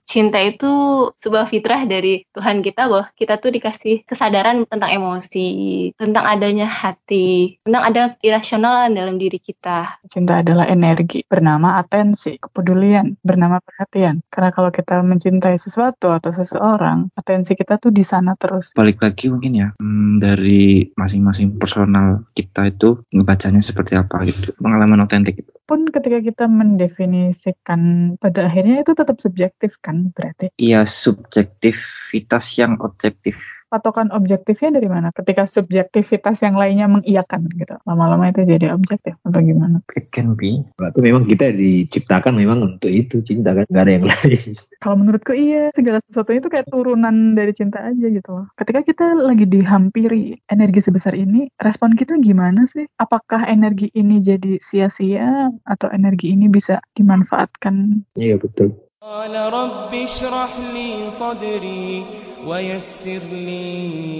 cinta itu sebuah fitrah dari Tuhan kita bahwa kita tuh dikasih kesadaran tentang emosi, tentang adanya hati, tentang ada irasionalan dalam diri kita. Cinta adalah energi, bernama atensi, kepedulian, bernama perhatian. Karena kalau kita mencintai sesuatu atau seseorang, atensi kita tuh di sana terus. Balik lagi mungkin ya, dari masing-masing personal kita itu ngebacanya seperti apa gitu, pengalaman otentik itu. Pun ketika kita mendefinisikan, pada akhirnya itu tetap subjektif kan berarti. Iya, subjektivitas yang objektif. Patokan objektifnya dari mana? Ketika subjektivitas yang lainnya mengiyakan gitu. Lama-lama itu jadi objektif apa gimana? It can be. Berarti memang kita diciptakan memang untuk itu, cinta kan, gak ada yang lain. Kalau menurutku iya, segala sesuatunya itu kayak turunan dari cinta aja gitu loh. Ketika kita lagi dihampiri energi sebesar ini, respon kita gimana sih? Apakah energi ini jadi sia-sia atau energi ini bisa dimanfaatkan? Iya betul. قال رب اشرح لي صدري ويسر لي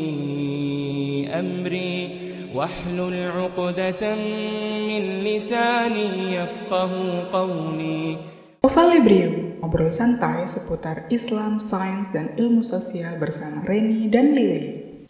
أمري واحلل عقدة من لساني يفقه قولي. Covalibrium, ngobrol santai seputar Islam, sains, dan ilmu sosial bersama Reni dan Lily.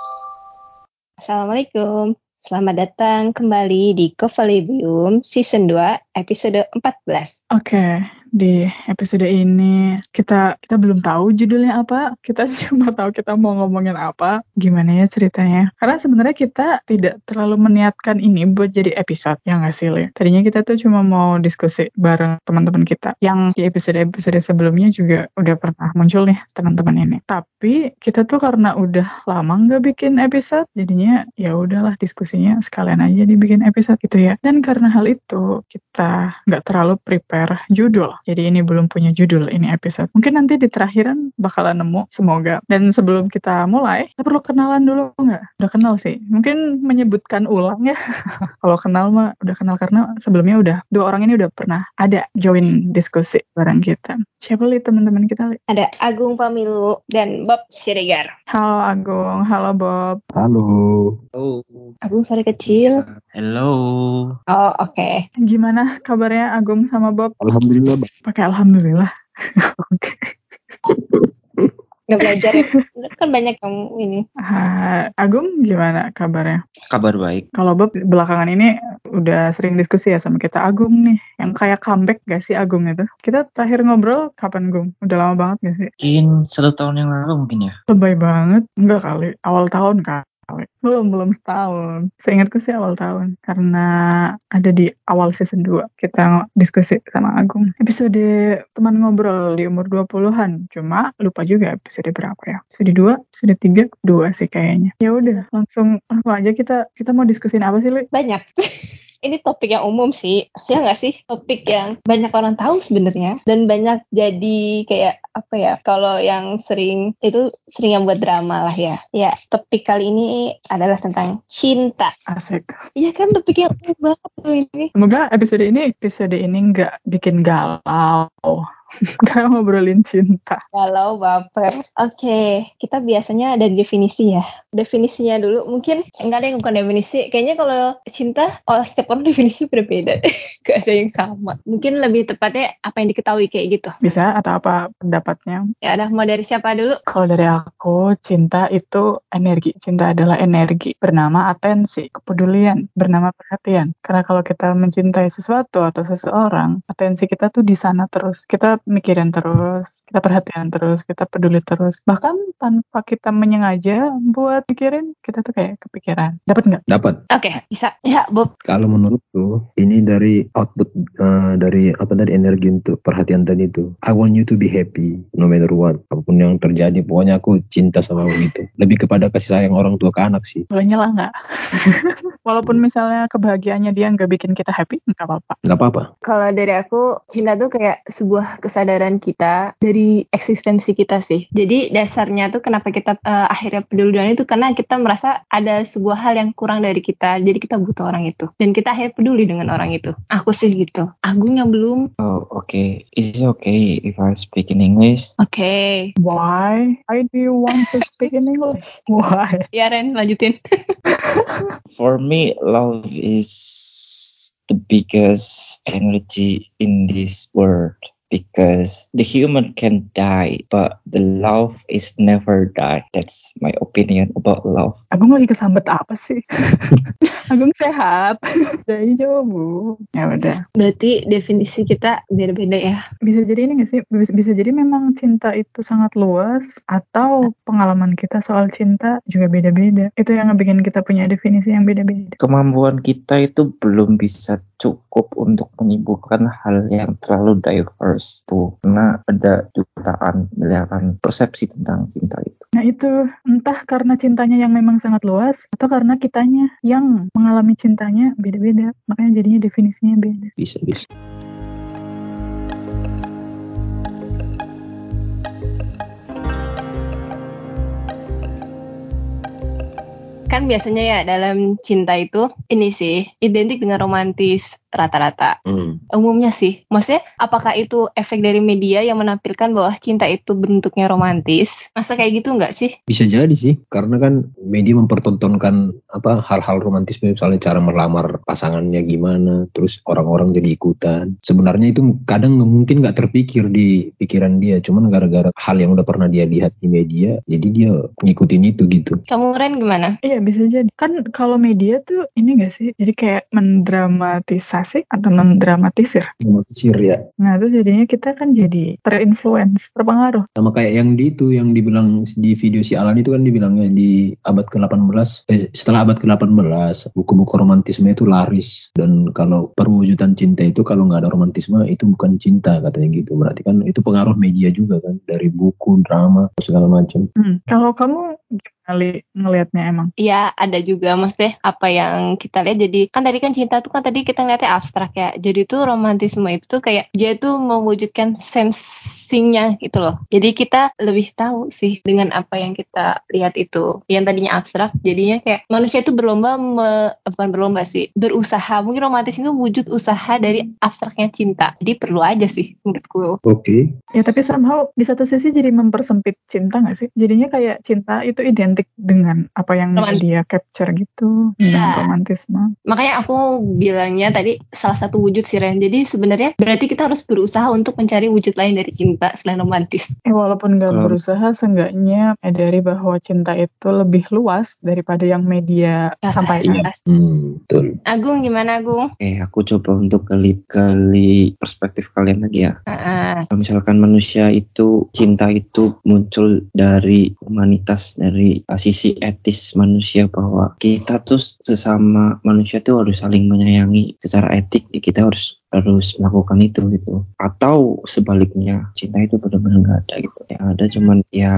Assalamualaikum. Selamat datang kembali di Covalibrium Season 2 episode 14. Oke, di episode ini kita belum tahu judulnya apa. Kita cuma tahu kita mau ngomongin apa. Gimana ya ceritanya? Karena sebenarnya kita tidak terlalu meniatkan ini buat jadi episode, ya nggak sih, Le? Tadinya kita tuh cuma mau diskusi bareng teman-teman kita. Yang di episode-episode sebelumnya juga udah pernah muncul nih teman-teman ini. Tapi kita tuh karena udah lama nggak bikin episode, jadinya ya udahlah diskusinya sekalian aja dibikin episode gitu ya. Dan karena hal itu kita nggak terlalu prepare judul. Jadi ini belum punya judul ini episode. Mungkin nanti di terakhiran bakalan nemu, semoga. Dan sebelum kita mulai, kita perlu kenalan dulu nggak? Udah kenal sih. Mungkin menyebutkan ulang ya. Kalau kenal mah udah kenal karena sebelumnya udah. Dua orang ini udah pernah ada join diskusi bareng kita. Siapa Li teman-teman kita, Li? Ada Agung Pamilu dan Bob Siregar. Halo Agung, halo Bob. Halo. Oh, Agung suara kecil. hello. Oh, oke. Gimana kabarnya Agung sama Bob? Alhamdulillah. Pakai alhamdulillah. Oke. Nggak belajar ya? Kan banyak kamu ini. Agung gimana kabarnya? Kabar baik. Kalau Bob belakangan ini udah sering diskusi ya sama kita. Agung nih, yang kayak comeback gak sih Agung itu? Kita terakhir ngobrol kapan, Gung? Udah lama banget gak sih? Mungkin 1 tahun yang lalu mungkin ya. Lebay banget. Enggak kali, awal tahun kali. Belum setahun. Seingatku sih awal tahun. Karena ada di awal season 2 kita diskusi sama Agung. Episode teman ngobrol di umur 20-an. Cuma lupa juga episode berapa ya. Episode 2, episode 3, 2 sih kayaknya. Ya udah, langsung aja kita mau diskusin apa sih, Li? Banyak. Ini topik yang umum sih, ya nggak sih? Topik yang banyak orang tahu sebenarnya dan banyak jadi kayak apa ya? Kalau yang sering yang buat drama lah ya. Ya, topik kali ini adalah tentang cinta. Asik. Iya kan, topik yang umum banget tuh ini. Semoga episode ini nggak bikin galau. Gak ngobrolin cinta. Galau baper. Oke, kita biasanya ada definisi ya. Definisinya dulu mungkin enggak ada yang bukan definisi. Kayaknya kalau cinta, setiap orang definisi berbeda. Gak ada yang sama. Mungkin lebih tepatnya apa yang diketahui kayak gitu. Bisa atau apa pendapatnya? Ya udah, mau dari siapa dulu? Kalau dari aku, cinta itu energi. Cinta adalah energi. Bernama atensi, kepedulian, bernama perhatian. Karena kalau kita mencintai sesuatu atau seseorang, atensi kita tuh di sana terus. Kita mikirin terus, kita perhatian terus, kita peduli terus. Bahkan tanpa kita menyengaja buat mikirin, kita tuh kayak kepikiran. Dapat nggak? Dapat. Oke, bisa. Ya, Bob. Kalau menurutku ini dari output dari energi untuk perhatian tadi itu. I want you to be happy no matter what. Apapun yang terjadi, pokoknya aku cinta sama kamu gitu. Lebih kepada kasih sayang orang tua ke anak sih. Boleh nyela nggak? Walaupun misalnya kebahagiaannya dia nggak bikin kita happy, nggak apa-apa. Nggak apa-apa. Kalau dari aku, cinta tuh kayak sebuah kesadaran kita dari eksistensi kita sih. Jadi dasarnya tuh kenapa kita akhirnya peduli dengan itu, karena kita merasa ada sebuah hal yang kurang dari kita. Jadi kita butuh orang itu. Dan kita akhirnya peduli dengan orang itu. Aku sih gitu. Agung yang belum. Oh, okay. Is it okay if I speak in English? Oke. Why? Why do you want to speak in English? Why? Ya Ren, lanjutin. For me, love is the biggest energy in this world. because the human can die, but the love is never die. That's my opinion about love. Agung lagi kesambet apa sih? Agung sehat. Jadi jawab Bu. Ya udah. Berarti definisi kita beda-beda ya. Bisa jadi ini nggak sih? Bisa jadi memang cinta itu sangat luas, atau pengalaman kita soal cinta juga beda-beda. Itu yang ngebikin kita punya definisi yang beda-beda. Kemampuan kita itu belum bisa cukup untuk menyibukkan hal yang terlalu diverse tuh, karena ada jutaan miliaran persepsi tentang cinta itu. Nah itu, entah karena cintanya yang memang sangat luas, atau karena kitanya yang mengalami cintanya beda-beda. Makanya jadinya definisinya beda. Bisa. Kan biasanya ya dalam cinta itu ini sih identik dengan romantis rata-rata. Umumnya sih. Maksudnya apakah itu efek dari media yang menampilkan bahwa cinta itu bentuknya romantis? Masa kayak gitu nggak sih? Bisa jadi sih, karena kan media mempertontonkan hal-hal romantisme, misalnya cara melamar pasangannya gimana, terus orang-orang jadi ikutan. Sebenarnya itu kadang mungkin nggak terpikir di pikiran dia, cuman gara-gara hal yang udah pernah dia lihat di media, jadi dia ngikutin itu gitu. Kamu Ren gimana? Iya bisa jadi. Kan kalau media tuh ini nggak sih? Jadi kayak mendramatisasi atau mendramatisir. Dramatisir ya. Nah itu jadinya kita kan jadi terinfluence, terpengaruh. Sama kayak yang yang dibilang di video si Alan itu kan dibilangnya di abad ke-18, setelah abad ke-18 buku-buku romantisme itu laris, dan kalau perwujudan cinta itu kalau nggak ada romantisme itu bukan cinta katanya gitu. Berarti kan itu pengaruh media juga kan, dari buku, drama, segala macam. Kalau kamu gimana ngelihatnya emang? Iya ada juga, maksudnya apa yang kita lihat, jadi kan tadi kan cinta tuh kan tadi kita ngeliatnya abstrak ya, jadi tuh romantisme itu tuh kayak dia tuh mewujudkan sensingnya gitu loh, jadi kita lebih tahu sih dengan apa yang kita lihat itu, yang tadinya abstrak jadinya kayak manusia itu bukan berlomba sih, berusaha. Mungkin romantis itu wujud usaha dari abstraknya cinta, jadi perlu aja sih menurutku. Oke. Ya tapi somehow di satu sisi jadi mempersempit cinta nggak sih? Jadinya kayak cinta itu identik dengan apa yang dia capture gitu, dengan romantisme. Makanya aku bilangnya tadi salah satu wujud sih Ren. Jadi sebenarnya berarti kita harus berusaha untuk mencari wujud lain dari cinta selain romantis. Walaupun nggak berusaha, seenggaknya menyadari bahwa cinta itu lebih luas daripada yang media sampaikan. Betul. Agung gimana Agung? Aku coba untuk gali perspektif kalian lagi ya. Kalau misalkan manusia itu, cinta itu muncul dari humanitas, dari sisi etis manusia, bahwa kita tuh sesama manusia tuh harus saling menyayangi secara etik, kita harus melakukan itu gitu. Atau sebaliknya, cinta itu benar-benar nggak ada gitu. Yang ada cuman ya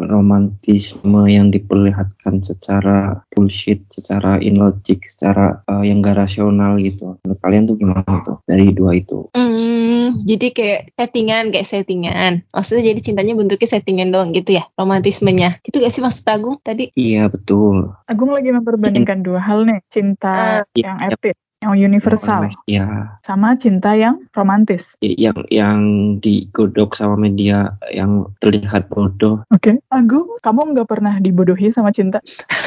romantisme yang diperlihatkan secara bullshit, secara illogic, secara yang gak rasional gitu. Menurut kalian tuh gimana tuh dari dua itu? Jadi kayak settingan. Maksudnya jadi cintanya bentuknya settingan doang gitu ya, romantismenya. Itu gak sih maksud Agung tadi? Iya betul. Agung lagi memperbandingkan dua hal nih, cinta yang etis, yang universal, sama cinta yang romantis. Yang digodok sama media, yang terlihat bodoh. Oke. Agung, kamu nggak pernah dibodohi sama cinta?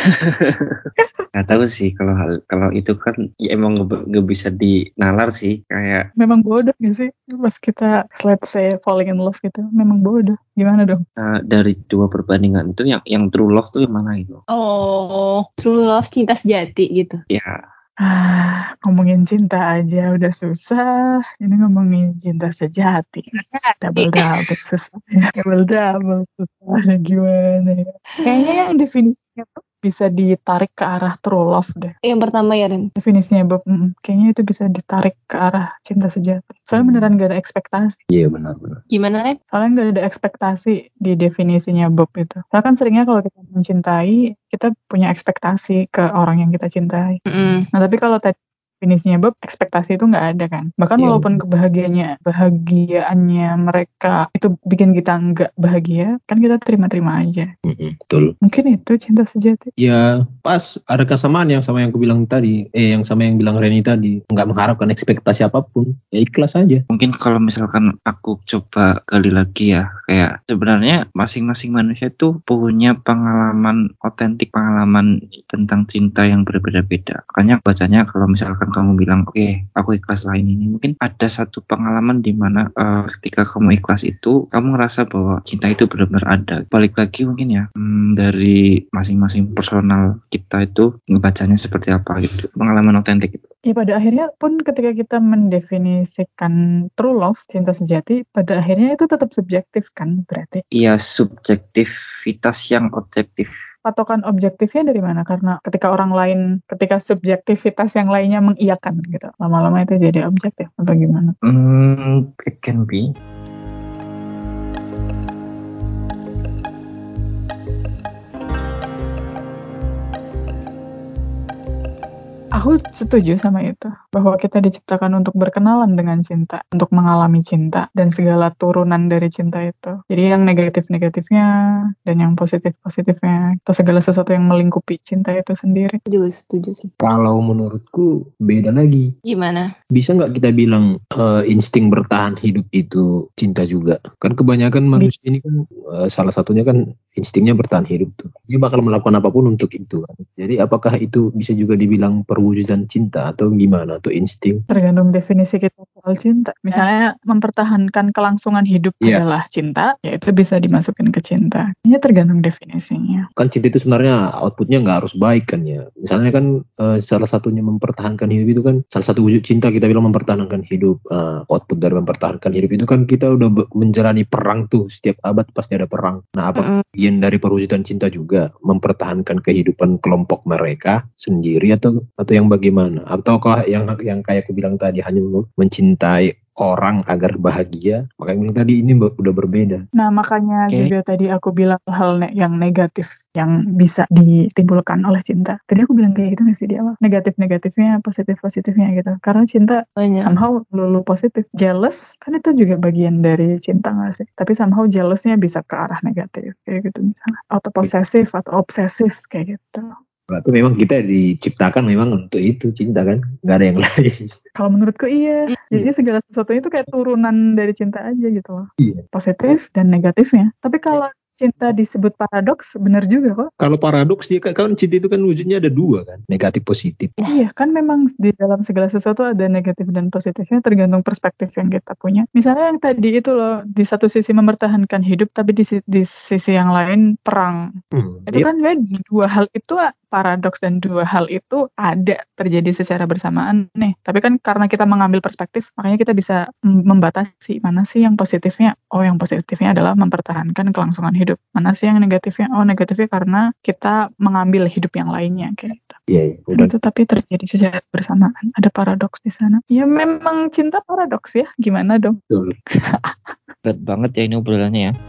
Gak tahu sih kalau itu kan ya emang gak bisa dinalar sih, kayak memang bodoh gak sih pas kita let's say falling in love gitu, memang bodoh. Gimana dong? Dari dua perbandingan itu yang true love tuh yang mana itu? Oh, true love, cinta sejati gitu. Ya. Ngomongin cinta aja udah susah, ini ngomongin cinta sejati. Double susah. Double susah. Gimana ya? Kayaknya yang definisinya tuh bisa ditarik ke arah true love deh. Yang pertama ya Ren. Definisinya Bob, kayaknya itu bisa ditarik ke arah cinta sejati. Soalnya beneran gak ada ekspektasi. Iya benar. Gimana Ren? Soalnya gak ada ekspektasi di definisinya Bob itu. Soalnya kan seringnya kalau kita mencintai, kita punya ekspektasi ke orang yang kita cintai. Nah tapi kalau definisinya Bob, ekspektasi itu nggak ada kan. Bahkan walaupun kebahagiaannya mereka itu bikin kita nggak bahagia, kan kita terima-terima aja. Betul. Mungkin itu cinta sejati. Ya pas ada kesamaan yang sama yang aku bilang tadi, yang sama yang bilang Reni tadi, nggak mengharapkan ekspektasi apapun, ya ikhlas aja. Mungkin kalau misalkan aku coba gali lagi ya, kayak sebenarnya masing-masing manusia itu punya pengalaman otentik, pengalaman tentang cinta yang berbeda-beda. Makanya bacanya kalau misalkan misalkan kamu bilang oke, aku ikhlas lain ini, mungkin ada satu pengalaman di mana ketika kamu ikhlas itu kamu ngerasa bahwa cinta itu benar-benar ada. Balik lagi mungkin ya dari masing-masing personal kita itu ngebacanya seperti apa gitu, pengalaman otentik itu. Ya pada akhirnya pun ketika kita mendefinisikan true love, cinta sejati, pada akhirnya itu tetap subjektif kan berarti. Iya, subjektivitas yang objektif. Patokan objektifnya dari mana? Karena ketika subjektivitas yang lainnya mengiyakan gitu, lama-lama itu jadi objektif atau gimana? It can be. Aku setuju sama itu, bahwa kita diciptakan untuk berkenalan dengan cinta, untuk mengalami cinta, dan segala turunan dari cinta itu. Jadi yang negatif-negatifnya, dan yang positif-positifnya, atau segala sesuatu yang melingkupi cinta itu sendiri. Aku juga setuju sih. Kalau menurutku beda lagi. Gimana? Bisa nggak kita bilang insting bertahan hidup itu cinta juga? Kan kebanyakan manusia ini kan salah satunya kan instingnya bertahan hidup tuh. Dia bakal melakukan apapun untuk itu kan. Jadi apakah itu bisa juga dibilang perwujudan cinta atau gimana? Atau insting? Tergantung definisi kita soal cinta. Misalnya mempertahankan kelangsungan hidup adalah cinta, ya itu bisa dimasukin ke cinta. Ini tergantung definisinya. Kan cinta itu sebenarnya outputnya nggak harus baik kan ya. Misalnya kan salah satunya mempertahankan hidup itu kan salah satu wujud cinta, kita bilang mempertahankan hidup. Output dari mempertahankan hidup itu kan kita udah menjalani perang tuh, setiap abad pasti ada perang. Nah apakah bagian dari perwujudan cinta juga mempertahankan kehidupan kelompok mereka sendiri atau yang bagaimana? Ataukah yang kayak aku bilang tadi hanya mencintai orang agar bahagia? Makanya bilang tadi ini udah berbeda. Nah makanya juga tadi aku bilang hal yang negatif yang bisa ditimbulkan oleh cinta. Tadi aku bilang kayak gitu nggak sih di awal? Negatif-negatifnya, positif-positifnya gitu. Karena cinta somehow lulu positif. Jealous kan itu juga bagian dari cinta nggak sih? Tapi somehow jealousnya bisa ke arah negatif kayak gitu misalnya. Atau posesif atau obsesif kayak gitu. Berarti memang kita diciptakan memang untuk itu, cinta kan? Nggak ada yang lain. Kalau menurutku iya. Jadi segala sesuatunya itu kayak turunan dari cinta aja gitu loh. Iya. Positif dan negatifnya. Tapi kalau cinta disebut paradoks, benar juga kok. Kalau paradoks dia kan cinta itu kan wujudnya ada dua kan, negatif positif. Iya kan memang di dalam segala sesuatu ada negatif dan positifnya tergantung perspektif yang kita punya. Misalnya yang tadi itu loh, di satu sisi mempertahankan hidup tapi di sisi yang lain perang. Itu kan dua hal itu paradoks dan dua hal itu ada terjadi secara bersamaan nih. Tapi kan karena kita mengambil perspektif, makanya kita bisa membatasi mana sih yang positifnya. Oh yang positifnya adalah mempertahankan kelangsungan hidup. Mana sih yang negatifnya? Oh negatifnya karena kita mengambil hidup yang lainnya kayak gitu. Iya, udah. Itu tapi terjadi secara bersamaan. Ada paradoks di sana. Ya memang cinta paradoks ya. Gimana dong? Betul. Berat banget ya ini obrolannya ya.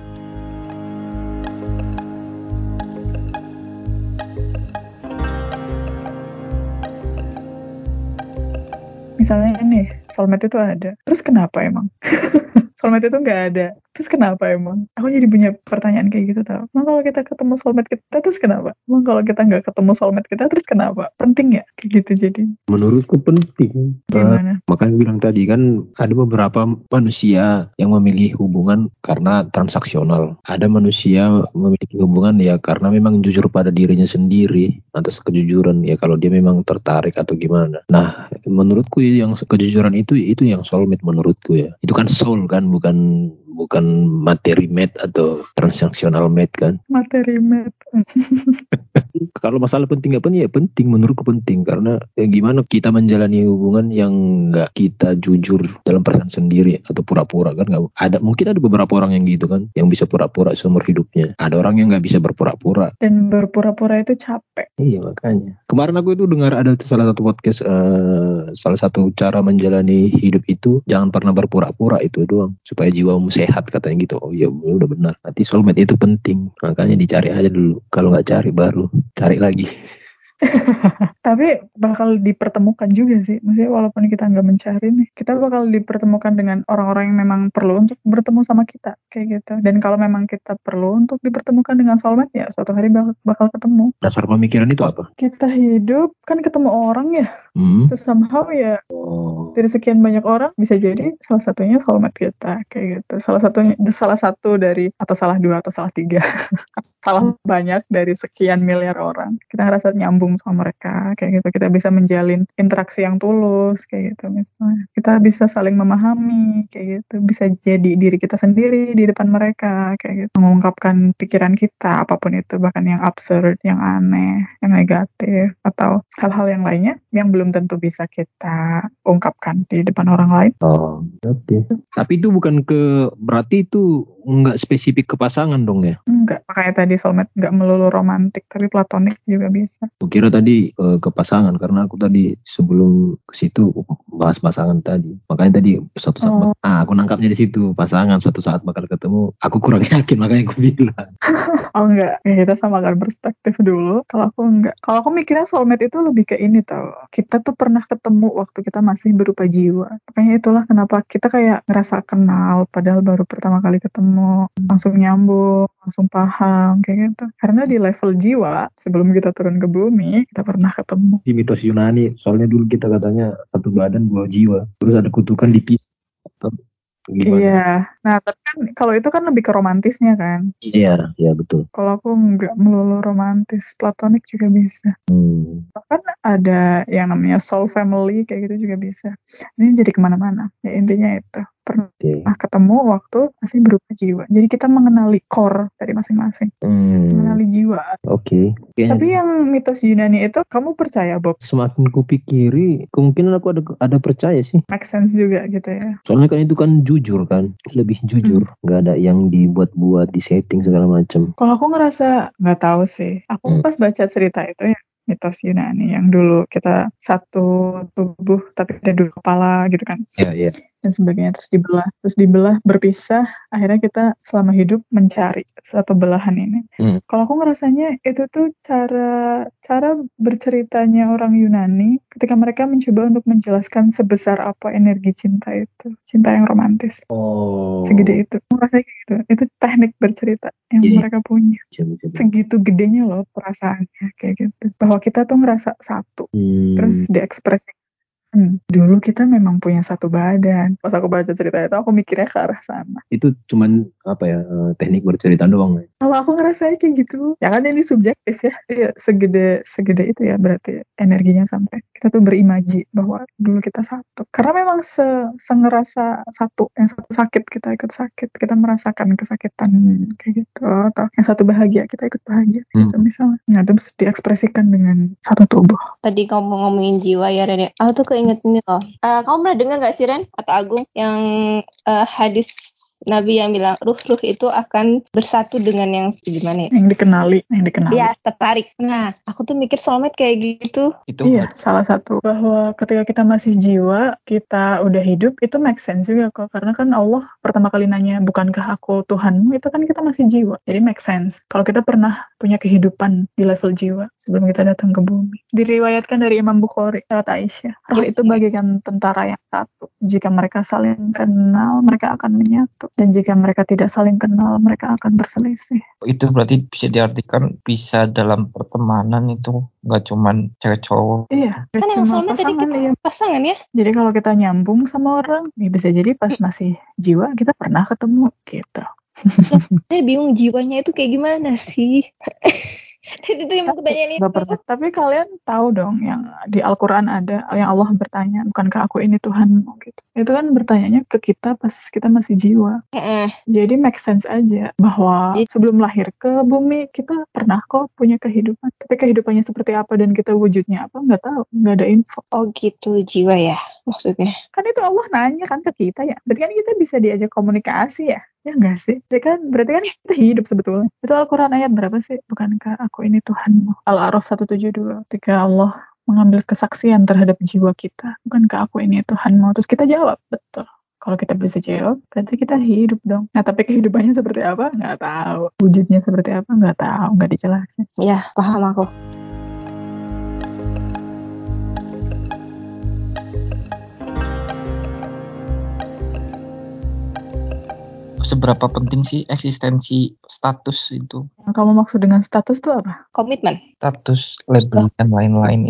Misalnya ini, soulmate itu ada. Terus kenapa emang? Soulmate itu nggak ada. Terus kenapa emang? Aku jadi punya pertanyaan kayak gitu tau. Emang kalau kita ketemu soulmate kita terus kenapa? Emang kalau kita nggak ketemu soulmate kita terus kenapa? Penting ya? Kayak gitu jadi. Menurutku penting. Gimana? Makanya bilang tadi kan ada beberapa manusia yang memilih hubungan karena transaksional. Ada manusia memiliki hubungan ya karena memang jujur pada dirinya sendiri, atas kejujuran ya kalau dia memang tertarik atau gimana. Nah menurutku yang kejujuran itu yang soulmate menurutku ya. Itu kan soul kan, bukan materi mate atau transaksional mate kan. Materi mate. Kalau masalah penting gak penting ya penting, menurutku penting karena gimana kita menjalani hubungan yang nggak kita jujur dalam perasaan sendiri atau pura-pura kan nggak ada. Mungkin ada beberapa orang yang gitu kan yang bisa pura-pura seumur hidupnya. Ada orang yang nggak bisa berpura-pura. Dan berpura-pura itu capek. Iya makanya. Kemarin aku itu dengar ada salah satu podcast, salah satu cara menjalani hidup itu jangan pernah berpura-pura itu doang supaya jiwamu sehat katanya gitu. Oh iya udah benar. Berarti soulmate itu penting. Makanya dicari aja dulu. Kalau nggak cari baru cari lagi. Tapi bakal dipertemukan juga sih. Maksudnya walaupun kita nggak mencari nih, kita bakal dipertemukan dengan orang-orang yang memang perlu untuk bertemu sama kita kayak gitu. Dan kalau memang kita perlu untuk dipertemukan dengan soulmate ya suatu hari bakal ketemu. Dasar pemikiran itu apa? Kita hidup kan ketemu orang ya. Terus somehow ya dari sekian banyak orang bisa jadi salah satunya soulmate kita kayak gitu. Salah satu dari atau salah dua atau salah tiga. Salah banyak dari sekian miliar orang. Kita ngerasa nyambung sama mereka kayak gitu. Kita bisa menjalin interaksi yang tulus kayak gitu misalnya. Kita bisa saling memahami kayak gitu. Bisa jadi diri kita sendiri di depan mereka kayak gitu. Mengungkapkan pikiran kita apapun itu, bahkan yang absurd, yang aneh, yang negatif atau hal-hal yang lainnya yang belum tentu bisa kita ungkapkan di depan orang lain. Oh, oke. Tapi itu bukan berarti itu nggak spesifik ke pasangan dong ya? Enggak, makanya tadi soulmate nggak melulu romantik, tapi platonik juga bisa. Aku kira tadi ke pasangan karena aku tadi sebelum ke situ bahas pasangan tadi. Makanya tadi suatu saat aku nangkapnya di situ, pasangan suatu saat bakal ketemu. Aku kurang yakin makanya aku bilang. Oh enggak, ya kita samakan perspektif dulu. Kalau aku enggak. Kalau aku mikirnya soulmate itu lebih ke ini tau. Kita tuh pernah ketemu waktu kita masih berupa jiwa. Makanya itulah kenapa kita kayak ngerasa kenal padahal baru pertama kali ketemu. Langsung nyambung, langsung paham kayak gitu. Karena di level jiwa sebelum kita turun ke bumi, kita pernah ketemu. Di mitos Yunani, soalnya dulu kita katanya satu badan dua jiwa. Terus ada kutukan dipisah. Gimana? Iya, nah tapi kan kalau itu kan lebih ke romantisnya kan. Iya, iya betul. Kalau aku nggak melulu romantis, platonik juga bisa. Bahkan ada yang namanya soul family kayak gitu juga bisa. Ini jadi kemana-mana. Ya intinya itu pernah ketemu waktu masih berupa jiwa. Jadi kita mengenali core dari masing-masing, mengenali jiwa. Oke. Tapi yang mitos Yunani itu kamu percaya, Bob? Semakin kupikiri, kemungkinan aku ada percaya sih. Make sense juga gitu ya. Soalnya kan itu kan jujur kan, lebih jujur, nggak ada yang dibuat-buat, di setting segala macam. Kalau aku ngerasa nggak tahu sih. Aku pas baca cerita itu ya mitos Yunani yang dulu kita satu tubuh tapi ada dua kepala gitu kan. Iya. Dan sebagainya, terus dibelah berpisah, akhirnya kita selama hidup mencari satu belahan ini. Kalau aku ngerasanya itu tuh cara berceritanya orang Yunani ketika mereka mencoba untuk menjelaskan sebesar apa energi cinta itu, cinta yang romantis. Segede itu, aku ngerasanya kayak gitu. Itu teknik bercerita yang mereka punya. Segitu gedenya loh perasaannya kayak gitu, bahwa kita tuh ngerasa satu, terus diekspresikan. Dulu kita memang punya satu badan. Pas aku baca cerita itu, aku mikirnya ke arah sana. Itu cuman teknik bercerita doang. Kalau aku ngerasanya kayak gitu, ya kan ini subjektif ya. Iya, segede itu ya berarti energinya sampai kita tuh berimaji bahwa dulu kita satu. Karena memang ngerasa satu, yang satu sakit kita ikut sakit, kita merasakan kesakitan kayak gitu. Atau yang satu bahagia kita ikut bahagia gitu misalnya. Nah itu bisa diekspresikan dengan satu tubuh. Tadi kamu ngomongin jiwa ya Ren. Aku tuh keinget ini loh. Kamu pernah dengar gak sih Ren atau Agung yang hadis Nabi yang bilang ruh-ruh itu akan bersatu dengan yang gimana ya? Yang dikenali. Iya, tertarik. Nah, aku tuh mikir soulmate kayak gitu. Iya, salah satu. Bahwa ketika kita masih jiwa, kita udah hidup, itu make sense juga kok. Karena kan Allah pertama kali nanya, bukankah aku Tuhanmu? Itu kan kita masih jiwa. Jadi make sense. Kalau kita pernah punya kehidupan di level jiwa sebelum kita datang ke bumi. Diriwayatkan dari Imam Bukhari, lewat Aisyah. Roh itu bagaikan tentara yang satu. Jika mereka saling kenal, mereka akan menyatu. Dan jika mereka tidak saling kenal, mereka akan berselisih. Itu berarti bisa diartikan bisa dalam pertemanan itu nggak cuman cewek cowok. Iya, kan yang soulmate tadi kita pasangan ya. Jadi kalau kita nyambung sama orang, ya bisa jadi pas masih jiwa kita pernah ketemu gitu. Saya bingung jiwanya itu kayak gimana sih? Itu yang mau kutanyain itu. Tapi kalian tahu dong yang di Al-Quran ada yang Allah bertanya, bukankah aku ini Tuhanmu gitu. Itu kan bertanyanya ke kita pas kita masih jiwa. Jadi make sense aja bahwa sebelum lahir ke bumi kita pernah kok punya kehidupan. Tapi kehidupannya seperti apa dan kita wujudnya apa nggak tahu, nggak ada info. Oh gitu jiwa ya maksudnya. Kan itu Allah nanya kan ke kita ya. Berarti kan kita bisa diajak komunikasi ya. Ya enggak sih? Berarti kan kita hidup sebetulnya. Itu Al-Quran ayat berapa sih? Bukankah aku ini Tuhanmu? Al-A'raf 172. Ketika Allah mengambil kesaksian terhadap jiwa kita. Bukankah aku ini Tuhanmu? Terus kita jawab, betul. Kalau kita bisa jawab, berarti kita hidup dong. Nah, tapi kehidupannya seperti apa? Nggak tahu. Wujudnya seperti apa? Nggak tahu. Nggak dijelasin. Ya, paham aku. Seberapa penting sih eksistensi status itu? Yang kamu maksud dengan status itu apa? Komitmen. Status, label, dan lain-lain itu.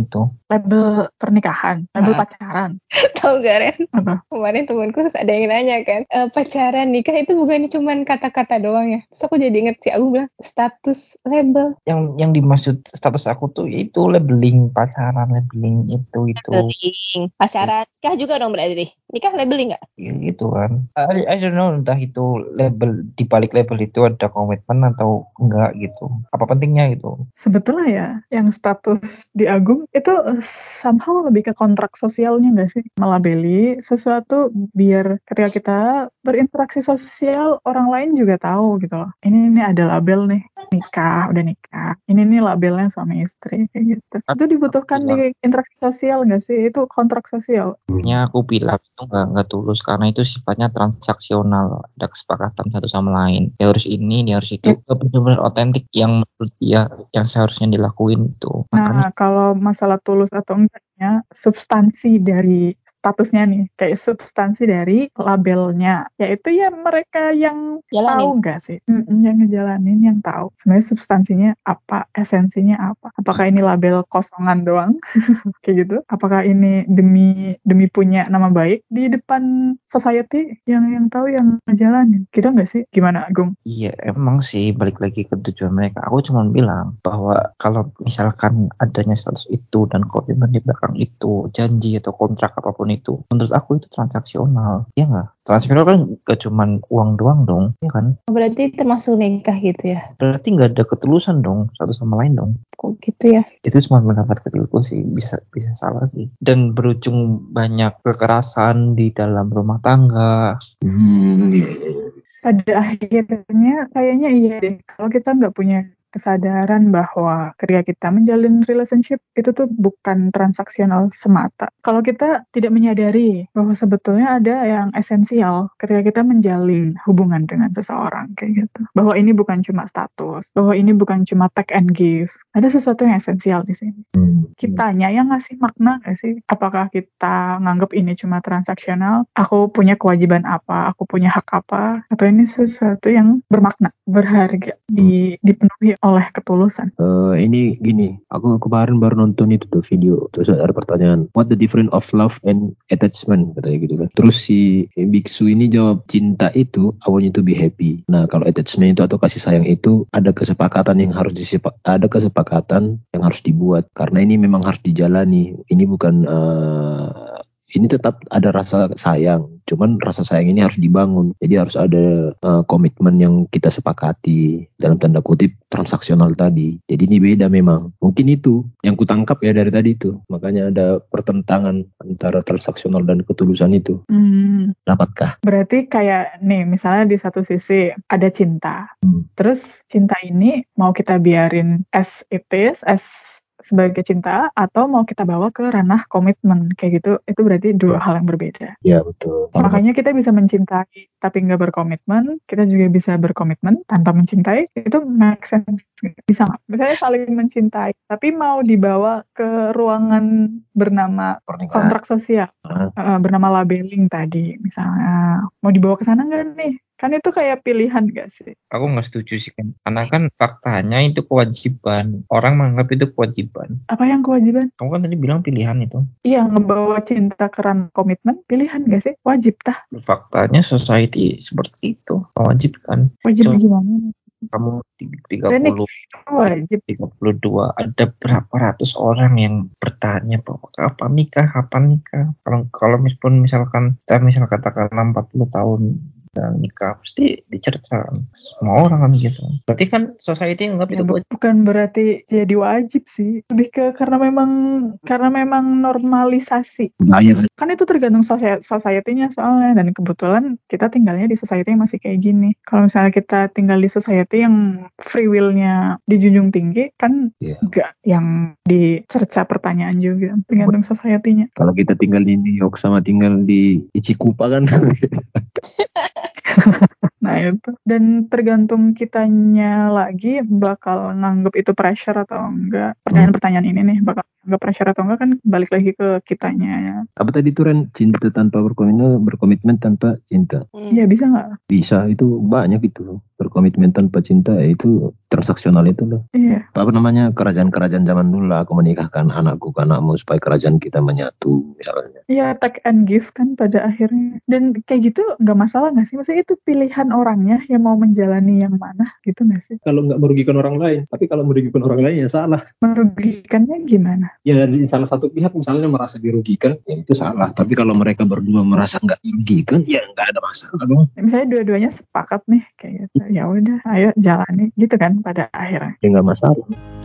label pernikahan, label pacaran. Tahu gak Ren? Apa? Kemarin temanku ada yang nanya kan, pacaran nikah itu bukannya cuma kata-kata doang ya? Terus aku jadi inget sih, aku bilang status label. Yang dimaksud status aku tuh itu labeling pacaran, labeling itu. Labeling pacaran, nikah juga dong berarti. Nikah labeling nggak? Ya gitu kan. I don't know, entah itu label, di balik label itu ada komitmen atau enggak gitu. Apa pentingnya gitu? Sebetulnya ya, yang status di Agung itu somehow lebih ke kontrak sosialnya nggak sih? Melabeli sesuatu biar ketika kita berinteraksi sosial, orang lain juga tahu gitu loh. Ini ada label nih, nikah, udah nikah. Ini nih labelnya suami istri, kayak gitu. Itu dibutuhkan di interaksi sosial nggak sih? Itu kontrak sosial. Aku bilang itu nggak tulus karena itu sifatnya transaksional, ada kesepakatan satu sama lain. Dia harus ini, dia harus itu. Benar-benar otentik yang menurut dia yang seharusnya dilakuin itu. Nah, kalau masalah tulus atau enggaknya, substansi dari statusnya nih, kayak substansi dari labelnya, yaitu ya mereka yang tahu nggak sih, yang ngejalanin, yang tahu sebenarnya substansinya apa, esensinya apa. Apakah ini label kosongan doang, kayak gitu? Apakah ini demi punya nama baik di depan society, yang tahu yang ngejalanin? Gitu nggak sih? Gimana, Agung? Iya, emang sih balik lagi ke tujuan mereka. Aku cuma bilang bahwa kalau misalkan adanya status itu dan komitmen di belakang itu, janji atau kontrak apapun itu, menurut aku itu transaksional. Iya nggak? Transaksional kan gak cuma uang doang dong, ya kan? Berarti termasuk nikah gitu ya? Berarti nggak ada ketulusan dong satu sama lain dong. Kok gitu ya? Itu cuma pendapat kecilku sih, bisa salah sih. Dan berujung banyak kekerasan di dalam rumah tangga. Pada akhirnya kayaknya iya deh, kalau kita nggak punya kesadaran bahwa ketika kita menjalin relationship itu tuh bukan transaksional semata. Kalau kita tidak menyadari bahwa sebetulnya ada yang esensial ketika kita menjalin hubungan dengan seseorang kayak gitu. Bahwa ini bukan cuma status, bahwa ini bukan cuma take and give. Ada sesuatu yang esensial di sini. Kitanya yang ngasih makna nggak sih? Apakah kita nganggap ini cuma transaksional? Aku punya kewajiban apa? Aku punya hak apa? Atau ini sesuatu yang bermakna, berharga, dipenuhi oleh ketulusan? Ini gini, aku kemarin baru nonton itu tuh video, terus ada pertanyaan, what the difference of love and attachment, katanya gitu kan. Terus si biksu ini jawab, cinta itu I want you to be happy. Nah, kalau attachment itu atau kasih sayang itu ada kesepakatan yang harus dibuat, karena ini memang harus dijalani. Ini bukan ini tetap ada rasa sayang, cuman rasa sayang ini harus dibangun. Jadi harus ada komitmen yang kita sepakati, dalam tanda kutip transaksional tadi. Jadi ini beda memang. Mungkin itu yang kutangkap ya dari tadi itu. Makanya ada pertentangan antara transaksional dan ketulusan itu. Dapatkah? Berarti kayak nih, misalnya di satu sisi ada cinta. Terus cinta ini mau kita biarin as it is, as sebagai cinta, atau mau kita bawa ke ranah komitmen kayak gitu, itu berarti dua hal yang berbeda. Ya betul. Makanya kita bisa mencintai tapi nggak berkomitmen, kita juga bisa berkomitmen tanpa mencintai, itu make sense. Bisa nggak? Misalnya saling mencintai tapi mau dibawa ke ruangan bernama kontrak sosial, bernama labeling tadi misalnya, mau dibawa ke sana nggak nih? Kan itu kayak pilihan gak sih? Aku nggak setuju sih kan. Karena kan faktanya itu kewajiban. Orang menganggap itu kewajiban. Apa yang kewajiban? Kamu kan tadi bilang pilihan itu. Iya, ngebawa cinta ke ranah komitmen, pilihan gak sih? Wajib tah? Faktanya society seperti itu. Mewajibkan. Wajib gimana? Kamu 30, wajib. 32, ada berapa ratus orang yang bertanya bahwa kapan nikah. Kalau misalkan katakan 40 tahun nikah, pasti dicerca semua orang kan gitu. Berarti kan society nggak itu bukan berarti jadi wajib sih, lebih ke karena memang normalisasi. Kan itu tergantung society-nya soalnya, dan kebetulan kita tinggalnya di society yang masih kayak gini. Kalau misalnya kita tinggal di society yang free will-nya dijunjung tinggi, kan nggak yang dicerca pertanyaan juga, tergantung society-nya. Kalau kita tinggal di New York sama tinggal di Cikupa kan. Nah itu, dan tergantung kitanya lagi bakal nganggap itu pressure atau enggak. Pertanyaan ini nih, bakal nganggap pressure atau enggak kan balik lagi ke kitanya ya. Apa tadi tuh Ren? Cinta tanpa berkomitmen tanpa cinta. Iya, bisa nggak? Bisa, itu banyak itu. Berkomitmen tanpa cinta itu transaksional itu loh. Iya. Apa namanya, kerajaan-kerajaan zaman dulu lah, aku menikahkan anakku ke anakmu supaya kerajaan kita menyatu misalnya. Iya, take and give kan pada akhirnya. Dan kayak gitu nggak masalah nggak sih? Maksudnya itu pilihan orangnya yang mau menjalani yang mana gitu nggak sih? Kalau nggak merugikan orang lain, tapi kalau merugikan orang lain ya salah. Merugikannya gimana? Ya dari salah satu pihak misalnya merasa dirugikan, ya itu salah. Tapi kalau mereka berdua merasa nggak dirugikan, ya nggak ada masalah dong. Misalnya dua-duanya sepakat nih kayak gitu. Ya udah, ayo jalani gitu kan pada akhirnya. Ya nggak masalah.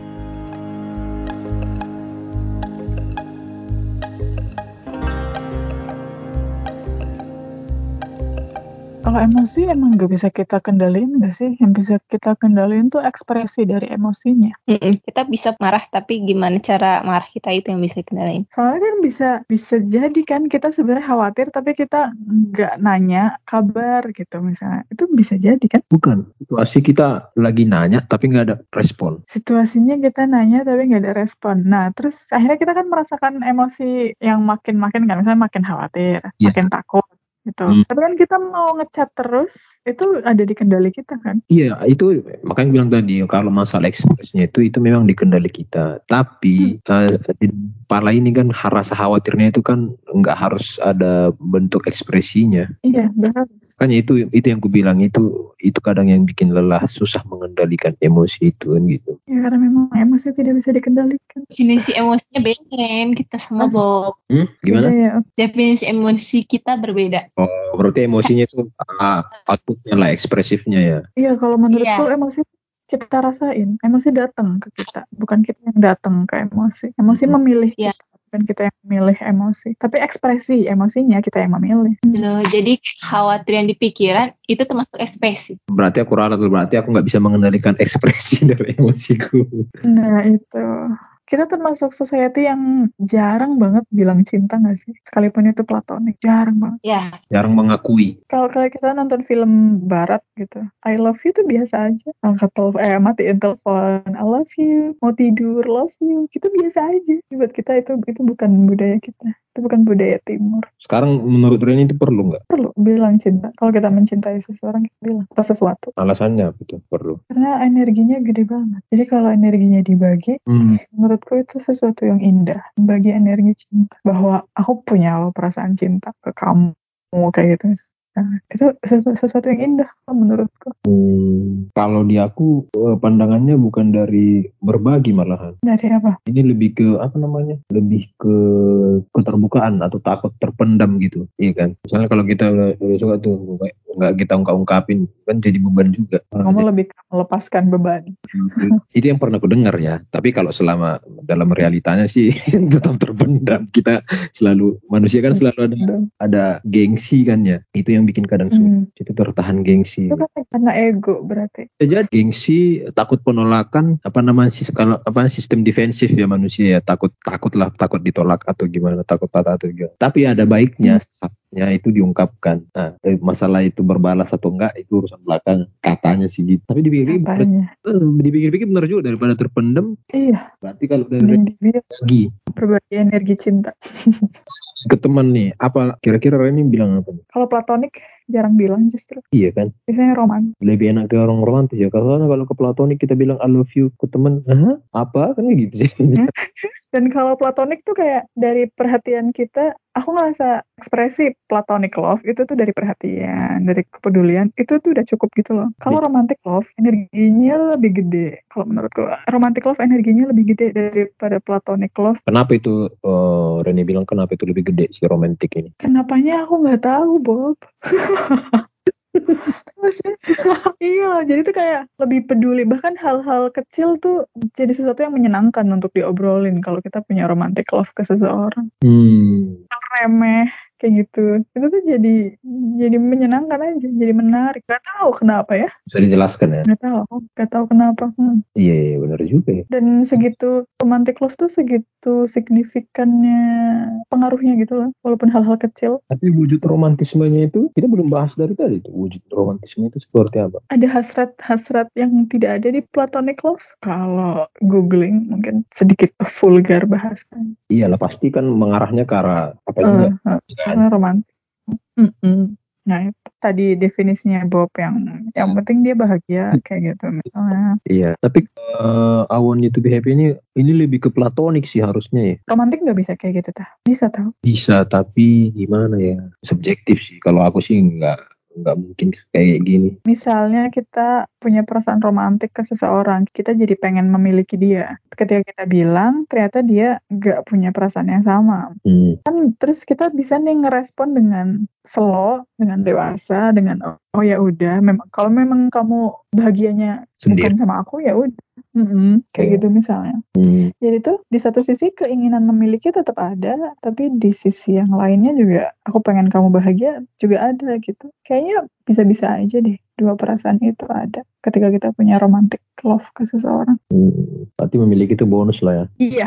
Kalau emosi emang nggak bisa kita kendaliin nggak sih? Yang bisa kita kendaliin tuh ekspresi dari emosinya. Kita bisa marah, tapi gimana cara marah kita itu yang bisa kendaliin. Soalnya kan bisa jadi kan kita sebenarnya khawatir tapi kita nggak nanya kabar gitu misalnya. Itu bisa jadi kan? Bukan, situasi kita lagi nanya tapi nggak ada respon. Situasinya kita nanya tapi nggak ada respon. Nah, terus akhirnya kita kan merasakan emosi yang makin-makin kan, misalnya makin khawatir, Iya. makin takut gitu. Tapi kan kita mau ngechat terus, itu ada di kendali kita kan? Iya, itu makanya bilang tadi kalau masalah ekspresinya itu memang di kendali kita. Tapi di kepala ini kan rasa khawatirnya itu kan nggak harus ada bentuk ekspresinya. Iya, benar. Makanya itu yang ku bilang itu kadang yang bikin lelah, susah mengendalikan emosi itu kan gitu. Ya karena memang emosi tidak bisa dikendalikan. Definisi emosinya beda kan kita sama Bob. Gimana? Beda ya. Definisi emosi kita berbeda. Oh, berarti emosinya itu outputnya lah, ekspresifnya ya. Iya, kalau menurutku Iya. emosi kita rasain. Emosi datang ke kita, bukan kita yang datang ke emosi. Emosi memilih Iya. kita, bukan kita yang memilih emosi. Tapi ekspresi emosinya kita yang memilih. Loh, jadi khawatir yang di pikiran itu termasuk ekspresi. Berarti aku ralat, berarti aku nggak bisa mengendalikan ekspresi dari emosiku. Nah, itu. Kita termasuk society yang jarang banget bilang cinta nggak sih? Sekalipun itu platonik, jarang banget. Ya. Jarang mengakui. Kalau kita nonton film barat gitu, I love you tuh biasa aja. Angkat telepon, matiin telepon, I love you, mau tidur, love you, itu biasa aja. Buat kita itu bukan budaya kita, itu bukan budaya timur. Sekarang menurut Reni itu perlu nggak? Perlu bilang cinta. Kalau kita mencintai seseorang, kita bilang atau sesuatu. Alasannya apa tuh perlu? Karena energinya gede banget. Jadi kalau energinya dibagi, menurutku itu sesuatu yang indah. Bagi energi cinta. Bahwa aku punya loh perasaan cinta ke kamu. Kayak gitu. Nah, itu sesuatu yang indah menurutku. Kalau di aku pandangannya bukan dari berbagi malahan. Dari apa? Ini lebih ke apa namanya? Lebih ke keterbukaan atau takut terpendam gitu. Iya kan? Misalnya kalau kita udah suka tuh nggak kita ungkapin kan jadi beban juga. Kamu lebih melepaskan beban. Itu yang pernah aku dengar ya. Tapi kalau selama dalam realitanya sih tetap terpendam. Kita selalu manusia kan selalu ada gengsi kan ya. Itu yang bikin kadang sulit. Itu tertahan gengsi. Itu kan karena ego berarti. Jadi gengsi, takut penolakan, sistem defensif ya manusia ya, takut ditolak atau gimana, takut patah atau gimana. Tapi ada baiknya itu diungkapkan. Nah, masalah itu berbalas atau enggak itu urusan belakang katanya sih gitu. Tapi dipikir-pikir benar juga, daripada terpendam. Iya. Berarti kalau dari berbagi energi cinta. Ke teman nih, apa kira-kira Reni bilang apa nih? Kalau platonik jarang bilang justru. Iya kan? Biasanya romantis. Lebih enak ke orang romantis ya. Karena kalau ke platonik kita bilang I love you ke teman, apa kan gitu sih. Dan kalau platonik tuh kayak dari perhatian kita, aku ngerasa ekspresi platonic love itu tuh dari perhatian, dari kepedulian, itu tuh udah cukup gitu loh. Kalau romantic love, energinya lebih gede. Kalau menurutku, romantic love energinya lebih gede daripada platonic love. Kenapa itu, Reni bilang kenapa itu lebih gede si romantic ini? Kenapanya aku nggak tahu, Bob. Iya, jadi tuh kayak lebih peduli. Bahkan hal-hal kecil tuh jadi sesuatu yang menyenangkan untuk diobrolin kalau kita punya romantic love ke seseorang. Remeh kayak gitu. Itu tuh jadi menyenangkan aja, jadi menarik. Gak tahu kenapa ya. Bisa dijelaskan ya? Gak tahu kenapa. Iya, benar juga ya. Dan segitu romantic love tuh segitu signifikannya pengaruhnya gitu loh, walaupun hal-hal kecil. Tapi wujud romantismenya itu kita belum bahas dari tadi tuh. Wujud romantisme itu seperti apa? Ada hasrat yang tidak ada di platonic love. Kalau googling mungkin sedikit vulgar bahasanya. Iyalah pasti kan mengarahnya ke arah apa juga? Karena romantis. Nah, itu tadi definisinya Bob yang penting dia bahagia kayak gitu misalnya. Iya, tapi I want you to be happy ini lebih ke platonik sih harusnya ya. Romantik nggak bisa kayak gitu tah? Bisa tau? Bisa, tapi gimana ya? Subjektif sih. Kalau aku sih nggak mungkin kayak gini. Misalnya kita punya perasaan romantik ke seseorang, kita jadi pengen memiliki dia. Ketika kita bilang, ternyata dia nggak punya perasaan yang sama. Kan terus kita bisa nih ngerespon dengan slow, dengan dewasa, dengan oh ya udah, kalau memang kamu bahagianya Sendiri. bukan sama aku ya udah. Kayak gitu misalnya. Jadi tuh di satu sisi keinginan memiliki tetap ada, tapi di sisi yang lainnya juga aku pengen kamu bahagia juga ada gitu. Kayaknya bisa-bisa aja deh dua perasaan itu ada ketika kita punya romantic love ke seseorang. Berarti memiliki itu bonus lah ya. Iya.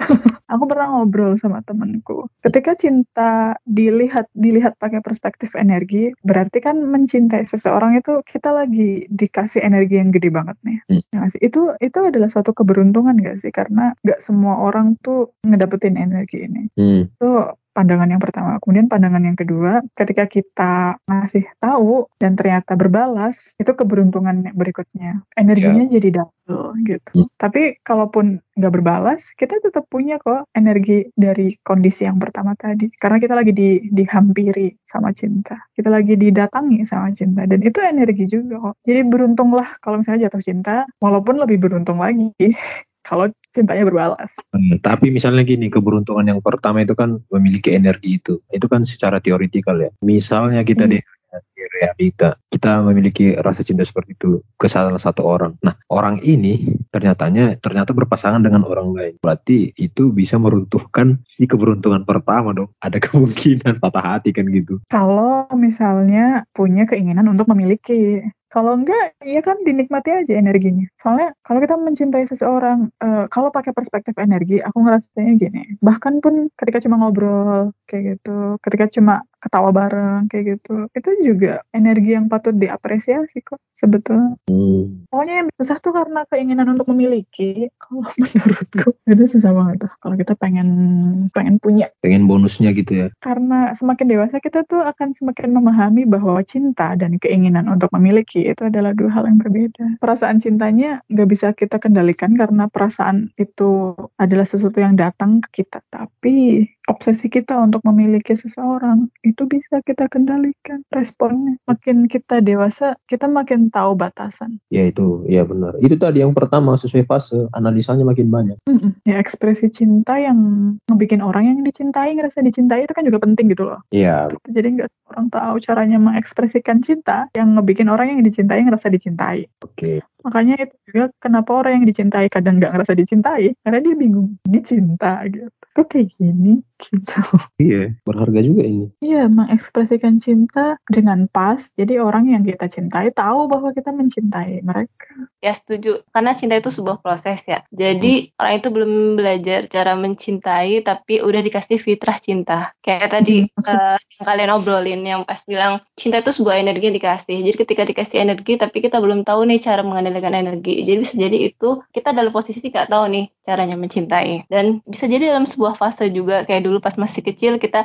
Aku pernah ngobrol sama temenku. Ketika cinta dilihat pakai perspektif energi, berarti kan mencintai seseorang itu kita lagi dikasih energi yang gede banget nih. Nah, itu adalah suatu keberuntungan gak sih? Karena gak semua orang tuh ngedapetin energi ini. Itu pandangan yang pertama. Kemudian pandangan yang kedua, ketika kita ngasih tahu dan ternyata berbalas, itu keberuntungan berikutnya. Energinya jadi double gitu. Tapi kalaupun nggak berbalas, kita tetap punya kok energi dari kondisi yang pertama tadi. Karena kita lagi dihampiri sama cinta. Kita lagi didatangi sama cinta. Dan itu energi juga kok. Jadi beruntunglah kalau misalnya jatuh cinta, walaupun lebih beruntung lagi kalau cintanya berbalas. Tapi misalnya gini, keberuntungan yang pertama itu kan memiliki energi itu. Itu kan secara teoritikal ya. Misalnya kita di realita, kita memiliki rasa cinta seperti itu ke salah satu orang. Nah, orang ini ternyata berpasangan dengan orang lain. Berarti itu bisa meruntuhkan si keberuntungan pertama dong. Ada kemungkinan patah hati kan gitu. Kalau misalnya punya keinginan untuk memiliki. Kalau enggak, ya kan dinikmati aja energinya. Soalnya kalau kita mencintai seseorang, kalau pakai perspektif energi, aku ngerasanya gini. Bahkan pun ketika cuma ngobrol kayak gitu, ketika cuma ketawa bareng kayak gitu, itu juga energi yang patut diapresiasi kok sebetulnya. Pokoknya yang susah tuh karena keinginan untuk memiliki. Kalau menurutku itu susah banget tuh. Kalau kita pengen punya. Pengen bonusnya gitu ya. Karena semakin dewasa kita tuh akan semakin memahami bahwa cinta dan keinginan untuk memiliki itu adalah dua hal yang berbeda. Perasaan cintanya nggak bisa kita kendalikan karena perasaan itu adalah sesuatu yang datang ke kita. Tapi obsesi kita untuk memiliki seseorang itu bisa kita kendalikan responnya. Makin kita dewasa, kita makin tahu batasan. Ya itu, ya benar. Itu tadi yang pertama sesuai fase, analisanya makin banyak. Ya ekspresi cinta yang ngebikin orang yang dicintai ngerasa dicintai itu kan juga penting gitu loh. Iya. Jadi nggak semua orang tahu caranya mengekspresikan cinta yang ngebikin orang yang dicintai ngerasa dicintai. Oke. Makanya itu juga kenapa orang yang dicintai kadang nggak ngerasa dicintai, karena dia bingung dicinta gitu. Kok kayak gini gitu. Iya, berharga juga ini. Iya, mengekspresikan cinta dengan pas. Jadi orang yang kita cintai tahu bahwa kita mencintai mereka. Ya setuju, karena cinta itu sebuah proses ya. Jadi orang itu belum belajar cara mencintai, tapi udah dikasih fitrah cinta. Kayak tadi yang kalian obrolin, yang pas bilang cinta itu sebuah energi yang dikasih. Jadi ketika dikasih energi, tapi kita belum tahu nih cara mengendalikan energi. Jadi bisa jadi itu kita dalam posisi nggak tahu nih caranya mencintai. Dan bisa jadi dalam sebuah fase juga, kayak dulu pas masih kecil kita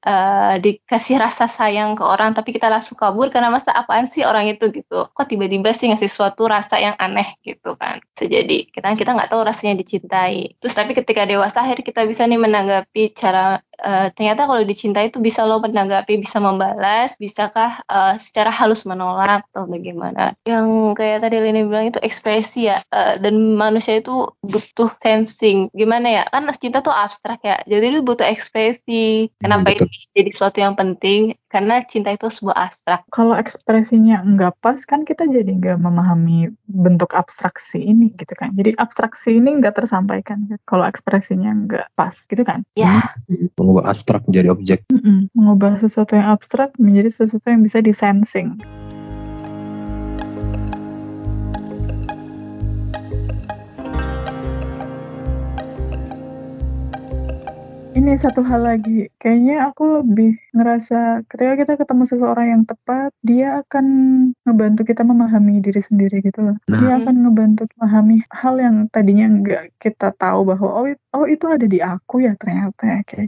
dikasih rasa sayang ke orang, tapi kita langsung kabur karena masa apaan sih orang itu gitu. Kok tiba-tiba sih ngasih suatu rasa yang aneh gitu kan. Bisa jadi kita nggak tahu rasanya dicintai. Terus tapi ketika dewasa akhirnya kita bisa nih menanggapi cara ternyata kalau dicintai itu bisa lo menanggapi, bisa membalas, bisakah secara halus menolak atau bagaimana. Yang kayak tadi Lini bilang itu ekspresi ya, dan manusia itu butuh sensing. Gimana ya, kan cinta tuh abstrak ya, jadi itu butuh ekspresi. Kenapa itu jadi sesuatu yang penting? Karena cinta itu sebuah abstrak. Kalau ekspresinya nggak pas kan kita jadi nggak memahami bentuk abstraksi ini gitu kan. Jadi abstraksi ini nggak tersampaikan kalau ekspresinya nggak pas gitu kan. Ya. Mengubah abstrak menjadi objek. Mengubah sesuatu yang abstrak menjadi sesuatu yang bisa disensing. Ini satu hal lagi, kayaknya aku lebih ngerasa ketika kita ketemu seseorang yang tepat, dia akan ngebantu kita memahami diri sendiri gitu loh. Dia akan ngebantu memahami hal yang tadinya nggak kita tahu bahwa oh itu ada di aku ya ternyata kayak gitu.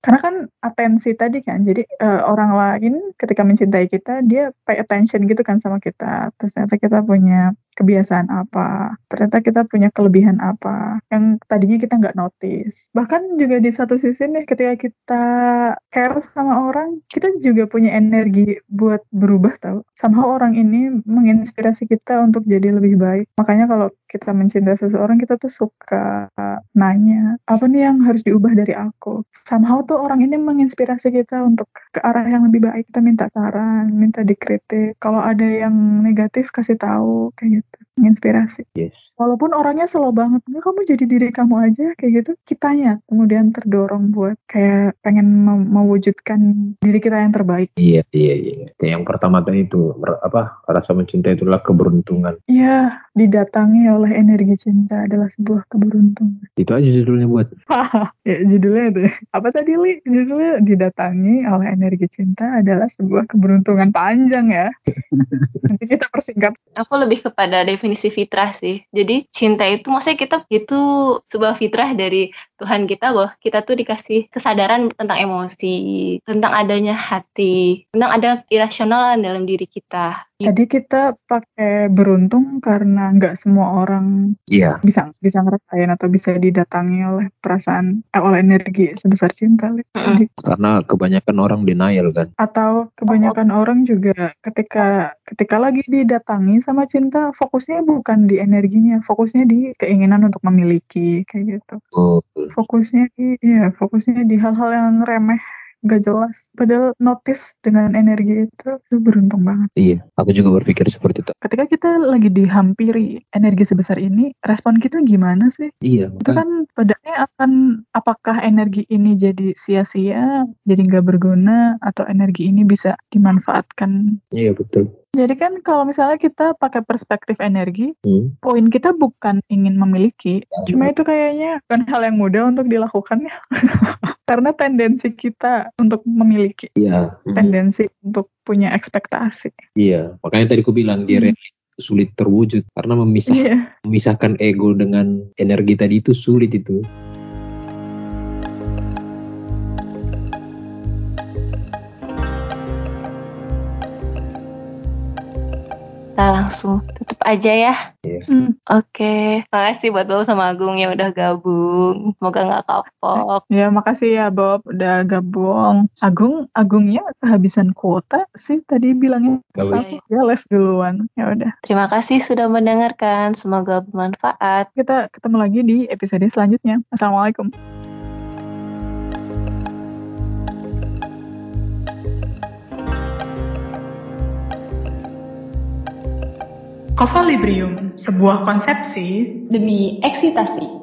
Karena kan atensi tadi kan, jadi orang lain ketika mencintai kita, dia pay attention gitu kan sama kita. Terus ternyata kita punya kebiasaan apa, ternyata kita punya kelebihan apa, yang tadinya kita nggak notice. Bahkan juga di satu sisi nih, ketika kita care sama orang, kita juga punya energi buat berubah tau. Somehow orang ini menginspirasi kita untuk jadi lebih baik. Makanya kalau kita mencintai seseorang, kita tuh suka nanya, apa nih yang harus diubah dari aku? Somehow tuh orang ini menginspirasi kita untuk ke arah yang lebih baik. Kita minta saran, minta dikritik. Kalau ada yang negatif, kasih tahu, kayak gitu. Menginspirasi. Yes. Walaupun orangnya slow banget, "Nggak, kamu jadi diri kamu aja," kayak gitu. Kitanya kemudian terdorong buat kayak pengen mewujudkan diri kita yang terbaik. Iya. Kayak yang pertama tadi itu rasa mencinta itulah keberuntungan. Iya, didatangi oleh energi cinta adalah sebuah keberuntungan. Itu aja judulnya buat. Ya, judulnya itu. Apa tadi, Li? Judulnya didatangi oleh energi cinta adalah sebuah keberuntungan. Panjang ya. Nanti kita persingkat. Aku lebih kepada definisi fitrah sih. Jadi cinta itu maksudnya kita itu sebuah fitrah dari Tuhan kita bahwa kita tuh dikasih kesadaran tentang emosi, tentang adanya hati, tentang ada irasionalan dalam diri kita. Tadi kita pakai beruntung karena nggak semua orang Iya. bisa ngerasain atau bisa didatangi oleh perasaan oleh energi sebesar cinta. Tadi. Karena kebanyakan orang denial kan. Atau kebanyakan orang juga ketika lagi didatangi sama cinta, fokusnya bukan di energinya, fokusnya di keinginan untuk memiliki kayak gitu. Oh. Fokusnya di hal-hal yang remeh, gak jelas. Padahal notice dengan energi itu beruntung banget. Iya, aku juga berpikir seperti itu. Ketika kita lagi dihampiri energi sebesar ini, respon kita gimana sih? Iya, Itu kan padanya apakah energi ini jadi sia-sia, jadi nggak berguna, atau energi ini bisa dimanfaatkan? Iya, betul. Jadi kan kalau misalnya kita pakai perspektif energi, poin kita bukan ingin memiliki, cuma itu kayaknya bukan hal yang mudah untuk dilakukan ya. Karena tendensi kita untuk memiliki, tendensi untuk punya ekspektasi. Iya, makanya tadi aku bilang dia sulit terwujud karena memisahkan ego dengan energi tadi itu sulit itu. Kita langsung tutup aja ya. Yes. Oke. Makasih buat Bob sama Agung yang udah gabung. Semoga nggak kapok. Ya, makasih ya Bob udah gabung. Agungnya kehabisan kuota sih tadi bilangnya. Ya live duluan. Ya udah. Terima kasih sudah mendengarkan. Semoga bermanfaat. Kita ketemu lagi di episode selanjutnya. Assalamualaikum. Covalibrium, sebuah konsepsi demi eksitasi.